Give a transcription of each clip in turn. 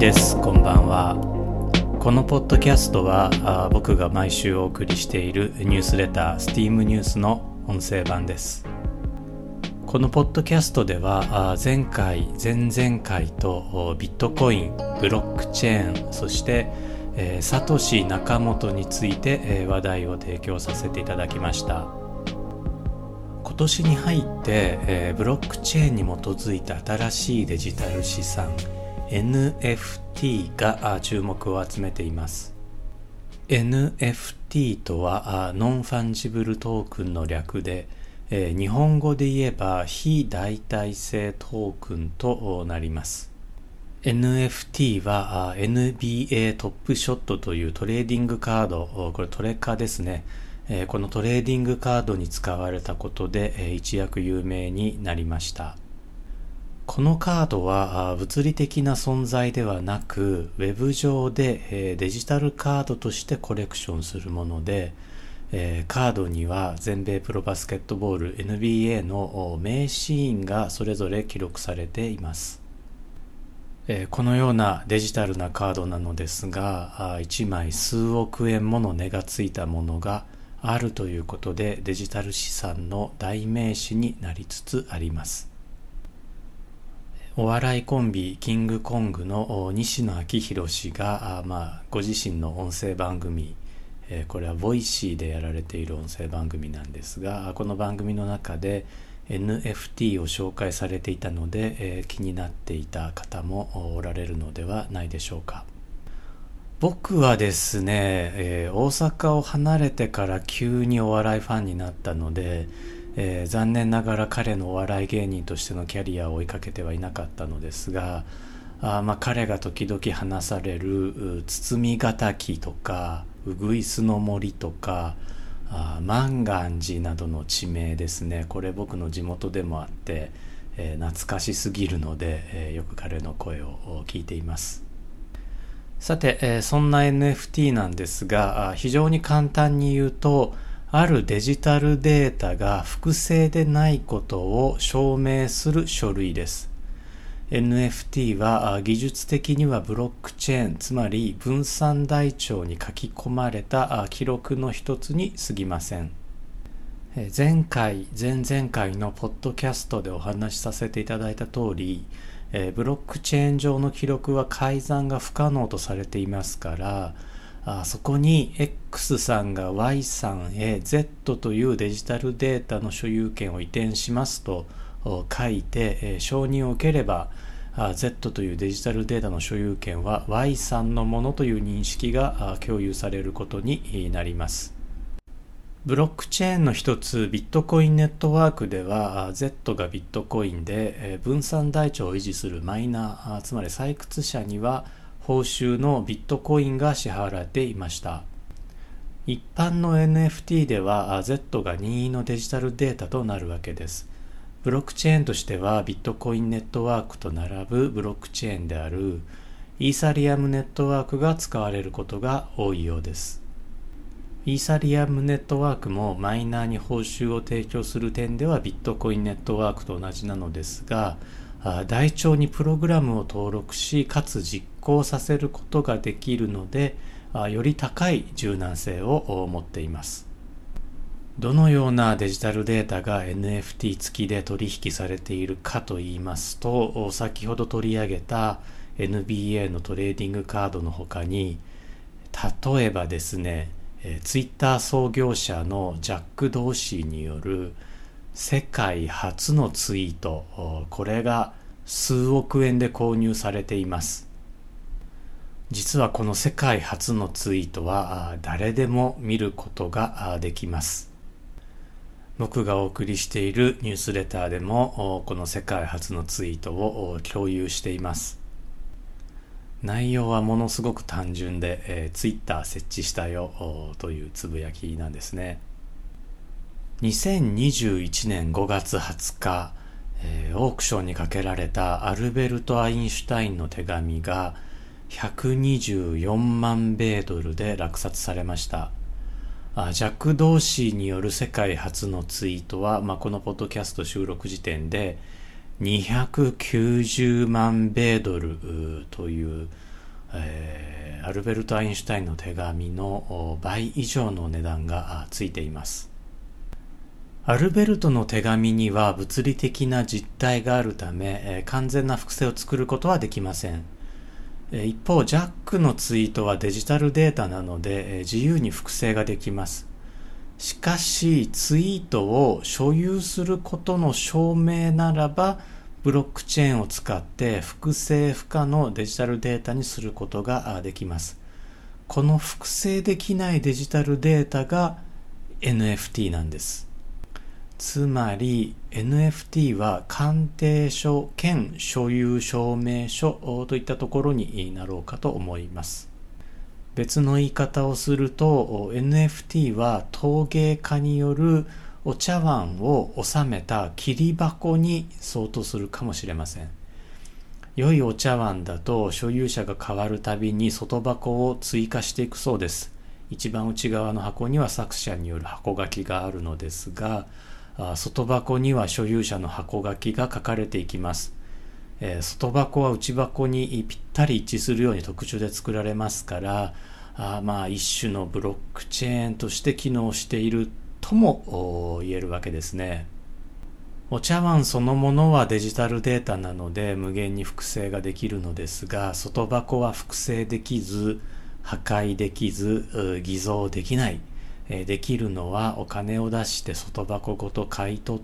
です。こんばんは。このポッドキャストは僕が毎週お送りしているニュースレター STEAM ニュースの音声版です。このポッドキャストでは前回前々回とビットコイン、ブロックチェーン、そしてサトシ・ナカモトについて話題を提供させていただきました。今年に入ってブロックチェーンに基づいた新しいデジタル資産 NFT が注目を集めています。 NFT とはノンファンジブルトークンの略で日本語で言えば非代替性トークンとなります。 NFT は NBA トップショットというトレーディングカード、これトレカですね。このトレーディングカードに使われたことで一躍有名になりました。このカードは物理的な存在ではなくウェブ上でデジタルカードとしてコレクションするもので、カードには全米プロバスケットボール NBA の名シーンがそれぞれ記録されています。このようなデジタルなカードなのですが、1枚数億円もの値がついたものがあるということでデジタル資産の代名詞になりつつあります。お笑いコンビキングコングの西野昭弘氏がご自身の音声番組、これはボイシーでやられている音声番組なんですが、この番組の中で NFT を紹介されていたので、気になっていた方もおられるのではないでしょうか。僕はですね、大阪を離れてから急にお笑いファンになったので、残念ながら彼のお笑い芸人としてのキャリアを追いかけてはいなかったのですが、彼が時々話される包みがたきとかうぐいすの森とか万願寺などの地名ですね。これ僕の地元でもあって、懐かしすぎるので、よく彼の声を聞いています。さて、そんな NFT なんですが、非常に簡単に言うと、あるデジタルデータが複製でないことを証明する書類です。NFT は技術的にはブロックチェーン、つまり分散台帳に書き込まれた記録の一つに過ぎません。前回、前々回のポッドキャストでお話しさせていただいた通り、ブロックチェーン上の記録は改ざんが不可能とされていますから、そこに X さんが Y さんへ Z というデジタルデータの所有権を移転しますと書いて承認を受ければ、Z というデジタルデータの所有権は Y さんのものという認識が共有されることになります。ブロックチェーンの一つビットコインネットワークでは Z がビットコインで分散台帳を維持するマイナー、つまり採掘者には報酬のビットコインが支払われていました。一般の NFT では Z が任意のデジタルデータとなるわけです。ブロックチェーンとしてはビットコインネットワークと並ぶブロックチェーンであるイーサリアムネットワークが使われることが多いようです。イーサリアムネットワークもマイナーに報酬を提供する点ではビットコインネットワークと同じなのですが、台帳にプログラムを登録し、かつ実行させることができるので、より高い柔軟性を持っています。どのようなデジタルデータが NFT 付きで取引されているかといいますと、先ほど取り上げた NBA のトレーディングカードの他に、例えばですね、ツイッター創業者のジャック・ドーシーによる世界初のツイート、これが数億円で購入されています。実はこの世界初のツイートは誰でも見ることができます。僕がお送りしているニュースレターでもこの世界初のツイートを共有しています。内容はものすごく単純で、ツイッター設置したよというつぶやきなんですね。2021年5月20日、オークションにかけられたアルベルト・アインシュタインの手紙が124万米ドルで落札されました。ジャック・ドーシーによる世界初のツイートは、このポッドキャスト収録時点で290万米ドルというアルベルト・アインシュタインの手紙の倍以上の値段がついています。アルベルトの手紙には物理的な実体があるため、完全な複製を作ることはできません。一方、ジャックのツイートはデジタルデータなので、自由に複製ができます。しかし、ツイートを所有することの証明ならば、ブロックチェーンを使って複製不可のデジタルデータにすることができます。この複製できないデジタルデータが NFT なんです。つまり NFT は鑑定書兼所有証明書といったところになろうかと思います。別の言い方をすると NFT は陶芸家によるお茶碗を収めた切り箱に相当するかもしれません。良いお茶碗だと所有者が変わるたびに外箱を追加していくそうです。一番内側の箱には作者による箱書きがあるのですが、外箱には所有者の箱書きが書かれていきます。外箱は内箱にぴったり一致するように特注で作られますから、一種のブロックチェーンとして機能しているとも言えるわけですね。お茶碗そのものはデジタルデータなので無限に複製ができるのですが、外箱は複製できず、破壊できず、偽造できない。できるのはお金を出して外箱ごと買い取って、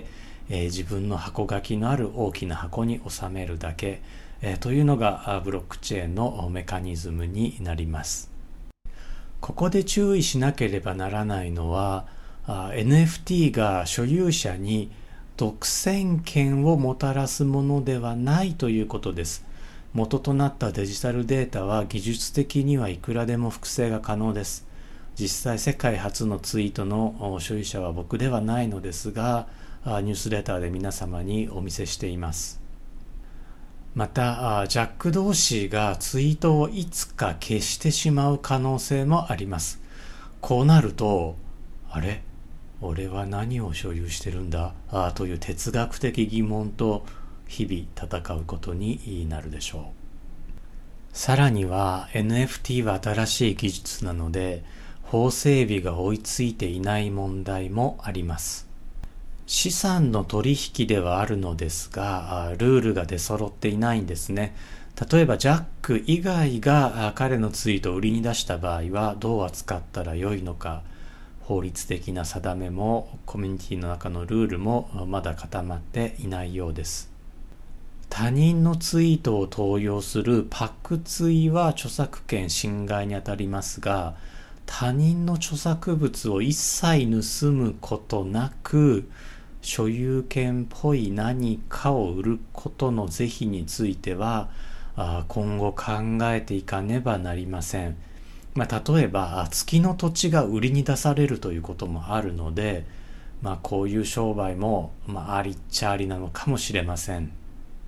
自分の箱書きのある大きな箱に収めるだけ、というのがブロックチェーンのメカニズムになります。ここで注意しなければならないのは、NFT が所有者に独占権をもたらすものではないということです。元となったデジタルデータは技術的にはいくらでも複製が可能です。実際世界初のツイートの所有者は僕ではないのですが、ニュースレターで皆様にお見せしています。また、ジャック同士がツイートをいつか消してしまう可能性もあります。こうなると、あれ？俺は何を所有してるんだ？という哲学的疑問と日々戦うことになるでしょう。さらには NFT は新しい技術なので、法整備が追いついていない問題もあります。資産の取引ではあるのですが、ルールが出揃っていないんですね。例えばジャック以外が彼のツイートを売りに出した場合はどう扱ったらよいのか、法律的な定めもコミュニティの中のルールもまだ固まっていないようです。他人のツイートを盗用するパクツイは著作権侵害にあたりますが、他人の著作物を一切盗むことなく所有権っぽい何かを売ることの是非については今後考えていかねばなりません。例えば月の土地が売りに出されるということもあるので、こういう商売もありっちゃありなのかもしれません。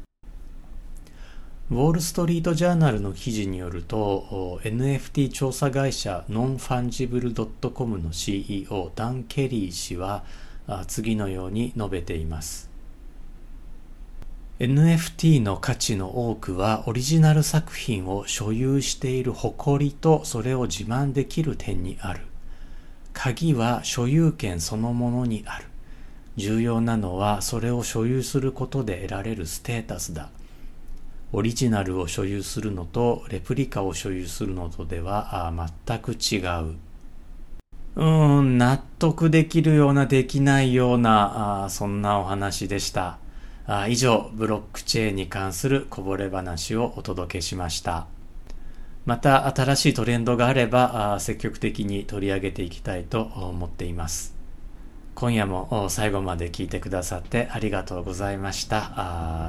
ウォールストリートジャーナルの記事によると NFT 調査会社ノンファンジブル .com の CEO ダン・ケリー氏は次のように述べています。NFT の価値の多くはオリジナル作品を所有している誇りとそれを自慢できる点にある。鍵は所有権そのものにある。重要なのはそれを所有することで得られるステータスだ。オリジナルを所有するのとレプリカを所有するのとでは全く違う。納得できるようなできないようなそんなお話でした。以上、ブロックチェーンに関するこぼれ話をお届けしました。また新しいトレンドがあれば積極的に取り上げていきたいと思っています。今夜も最後まで聞いてくださってありがとうございました。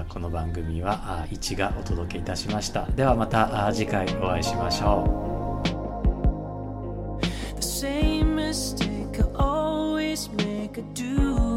この番組は一がお届けいたしました。ではまた次回お会いしましょう。The same mistake I always make, I do